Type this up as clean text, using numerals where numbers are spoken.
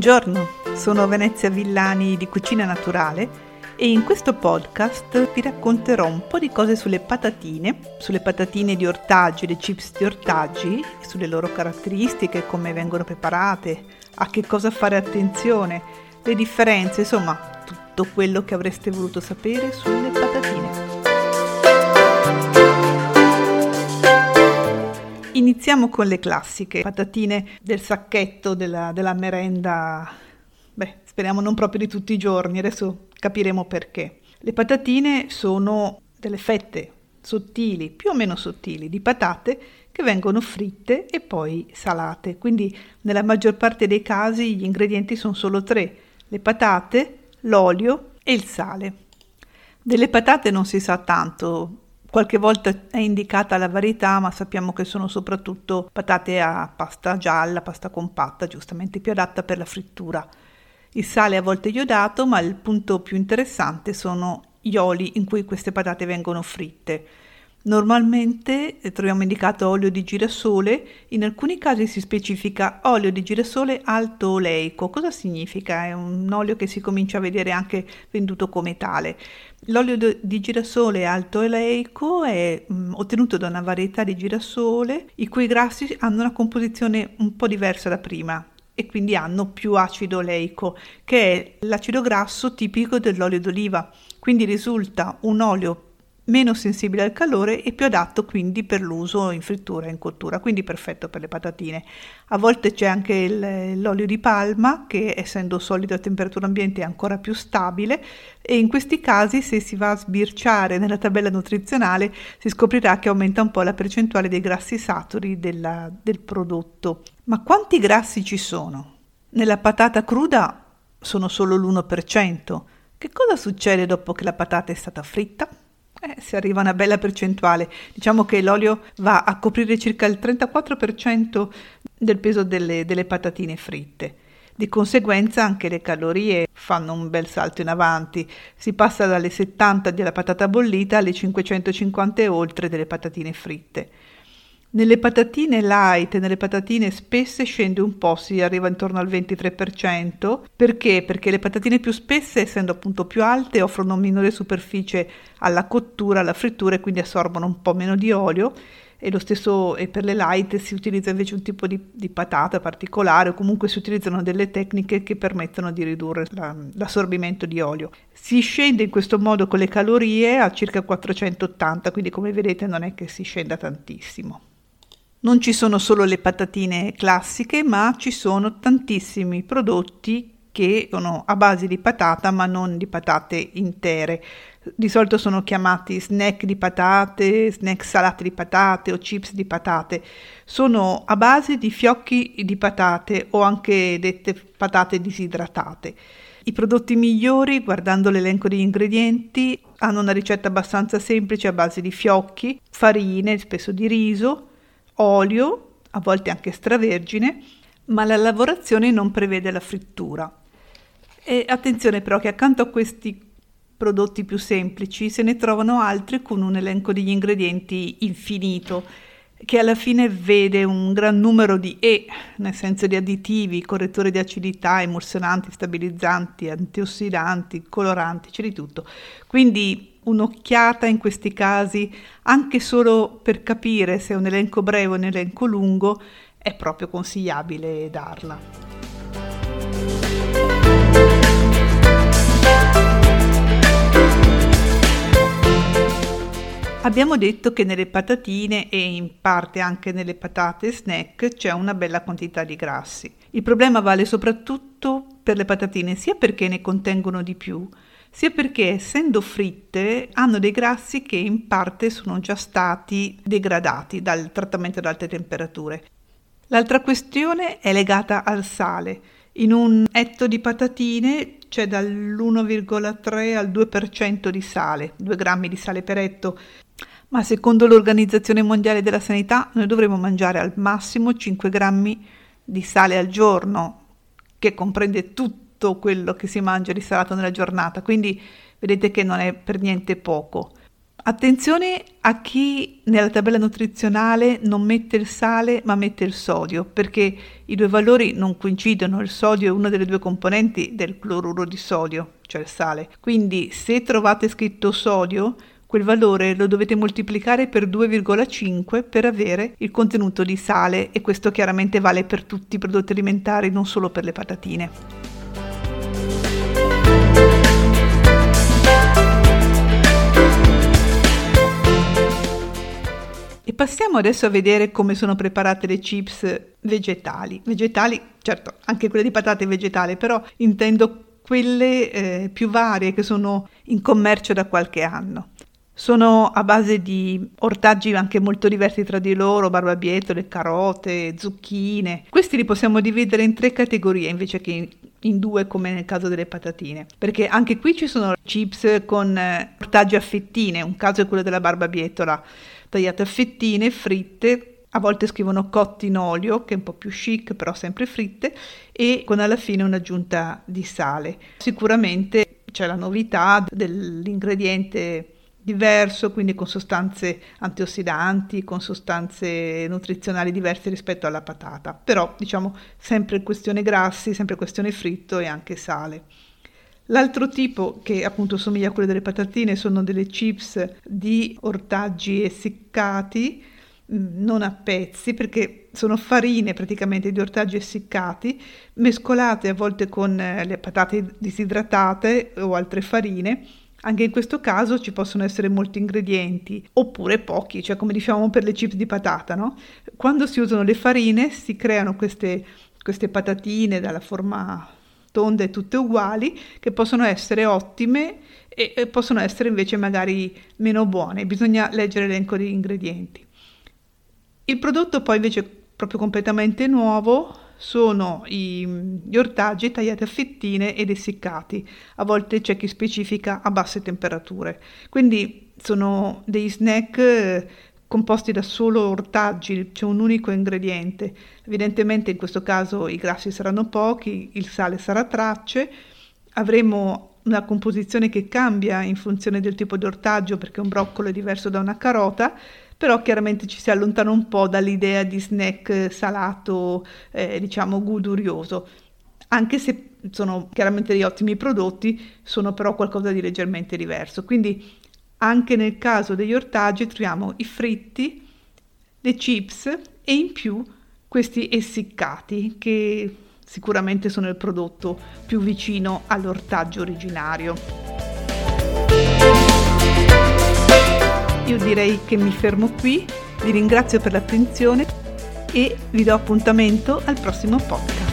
Buongiorno, sono Venezia Villani di Cucina Naturale e in questo podcast vi racconterò un po' di cose sulle patatine di ortaggi, le chips di ortaggi, sulle loro caratteristiche, come vengono preparate, a che cosa fare attenzione, le differenze, insomma tutto quello che avreste voluto sapere sulle patatine. Iniziamo con le classiche patatine del sacchetto della merenda, speriamo non proprio di tutti i giorni, adesso capiremo perché. Le patatine sono delle fette sottili, più o meno sottili, di patate che vengono fritte e poi salate, quindi nella maggior parte dei casi gli ingredienti sono solo tre: le patate, l'olio e il sale. Delle patate non si sa tanto. Qualche volta è indicata la varietà, ma sappiamo che sono soprattutto patate a pasta gialla, pasta compatta, giustamente più adatta per la frittura. Il sale a volte è iodato, ma il punto più interessante sono gli oli in cui queste patate vengono fritte. Normalmente troviamo indicato olio di girasole, in alcuni casi si specifica olio di girasole alto oleico. Cosa significa? È un olio che si comincia a vedere anche venduto come tale. L'olio di girasole alto oleico è ottenuto da una varietà di girasole i cui grassi hanno una composizione un po' diversa da prima e quindi hanno più acido oleico, che è l'acido grasso tipico dell'olio d'oliva. Quindi risulta un olio meno sensibile al calore e più adatto quindi per l'uso in frittura e in cottura, quindi perfetto per le patatine. A volte c'è anche l'olio di palma che, essendo solido a temperatura ambiente, è ancora più stabile, e in questi casi, se si va a sbirciare nella tabella nutrizionale, si scoprirà che aumenta un po' la percentuale dei grassi saturi del prodotto. Ma quanti grassi ci sono? Nella patata cruda sono solo l'1%. Che cosa succede dopo che la patata è stata fritta? Si arriva a una bella percentuale. Diciamo che l'olio va a coprire circa il 34% del peso delle patatine fritte. Di conseguenza anche le calorie fanno un bel salto in avanti. Si passa dalle 70 della patata bollita alle 550 e oltre delle patatine fritte. Nelle patatine light e nelle patatine spesse scende un po', si arriva intorno al 23%. Perché? Perché le patatine più spesse, essendo appunto più alte, offrono minore superficie alla cottura, alla frittura, e quindi assorbono un po' meno di olio, e lo stesso e per le light si utilizza invece un tipo di patata particolare, o comunque si utilizzano delle tecniche che permettono di ridurre l'assorbimento di olio. Si scende in questo modo con le calorie a circa 480, quindi come vedete non è che si scenda tantissimo. Non ci sono solo le patatine classiche, ma ci sono tantissimi prodotti che sono a base di patata, ma non di patate intere. Di solito sono chiamati snack di patate, snack salate di patate o chips di patate. Sono a base di fiocchi di patate o anche dette patate disidratate. I prodotti migliori, guardando l'elenco degli ingredienti, hanno una ricetta abbastanza semplice a base di fiocchi, farine, spesso di riso, olio, a volte anche extravergine, ma la lavorazione non prevede la frittura. E attenzione però che accanto a questi prodotti più semplici se ne trovano altri con un elenco degli ingredienti infinito, che alla fine vede un gran numero di nel senso di additivi, correttori di acidità, emulsionanti, stabilizzanti, antiossidanti, coloranti, c'è di tutto. Quindi un'occhiata in questi casi, anche solo per capire se è un elenco breve o un elenco lungo, è proprio consigliabile darla. Abbiamo detto che nelle patatine e in parte anche nelle patate snack c'è una bella quantità di grassi. Il problema vale soprattutto per le patatine, sia perché ne contengono di più, sia perché, essendo fritte, hanno dei grassi che in parte sono già stati degradati dal trattamento ad alte temperature. L'altra questione è legata al sale. In un etto di patatine c'è dall'1,3 al 2% di sale, 2 grammi di sale per etto, ma secondo l'Organizzazione Mondiale della Sanità noi dovremo mangiare al massimo 5 grammi di sale al giorno, che comprende tutto quello che si mangia di salato nella giornata, quindi vedete che non è per niente poco. Attenzione a chi nella tabella nutrizionale non mette il sale ma mette il sodio, perché i due valori non coincidono. Il sodio è una delle due componenti del cloruro di sodio, cioè il sale. Quindi se trovate scritto sodio, quel valore lo dovete moltiplicare per 2,5 per avere il contenuto di sale, e questo chiaramente vale per tutti i prodotti alimentari, non solo per le patatine. E passiamo adesso a vedere come sono preparate le chips vegetali. Vegetali, certo, anche quelle di patate vegetali, però intendo quelle più varie che sono in commercio da qualche anno. Sono a base di ortaggi anche molto diversi tra di loro, barbabietole, carote, zucchine. Questi li possiamo dividere in 3 categorie invece che in 2 come nel caso delle patatine, perché anche qui ci sono chips con ortaggi a fettine. Un caso è quello della barbabietola, tagliate a fettine, fritte, a volte scrivono cotti in olio, che è un po' più chic, però sempre fritte, e con alla fine un'aggiunta di sale. Sicuramente c'è la novità dell'ingrediente diverso, quindi con sostanze antiossidanti, con sostanze nutrizionali diverse rispetto alla patata, però diciamo sempre questione grassi, sempre questione fritto e anche sale. L'altro tipo, che appunto somiglia a quello delle patatine, sono delle chips di ortaggi essiccati, non a pezzi, perché sono farine praticamente di ortaggi essiccati, mescolate a volte con le patate disidratate o altre farine. Anche in questo caso ci possono essere molti ingredienti, oppure pochi, cioè come diciamo per le chips di patata, no? Quando si usano le farine si creano queste patatine dalla forma tonde tutte uguali, che possono essere ottime e possono essere invece magari meno buone. Bisogna leggere l'elenco degli ingredienti. Il prodotto poi invece proprio completamente nuovo sono gli ortaggi tagliati a fettine ed essiccati. A volte c'è chi specifica a basse temperature. Quindi sono dei snack composti da solo ortaggi, c'è un unico ingrediente. Evidentemente in questo caso i grassi saranno pochi, il sale sarà tracce, avremo una composizione che cambia in funzione del tipo di ortaggio, perché un broccolo è diverso da una carota, però chiaramente ci si allontana un po' dall'idea di snack salato, diciamo godurioso. Anche se sono chiaramente degli ottimi prodotti, sono però qualcosa di leggermente diverso. Quindi anche nel caso degli ortaggi troviamo i fritti, le chips e in più questi essiccati, che sicuramente sono il prodotto più vicino all'ortaggio originario. Io direi che mi fermo qui, vi ringrazio per l'attenzione e vi do appuntamento al prossimo podcast.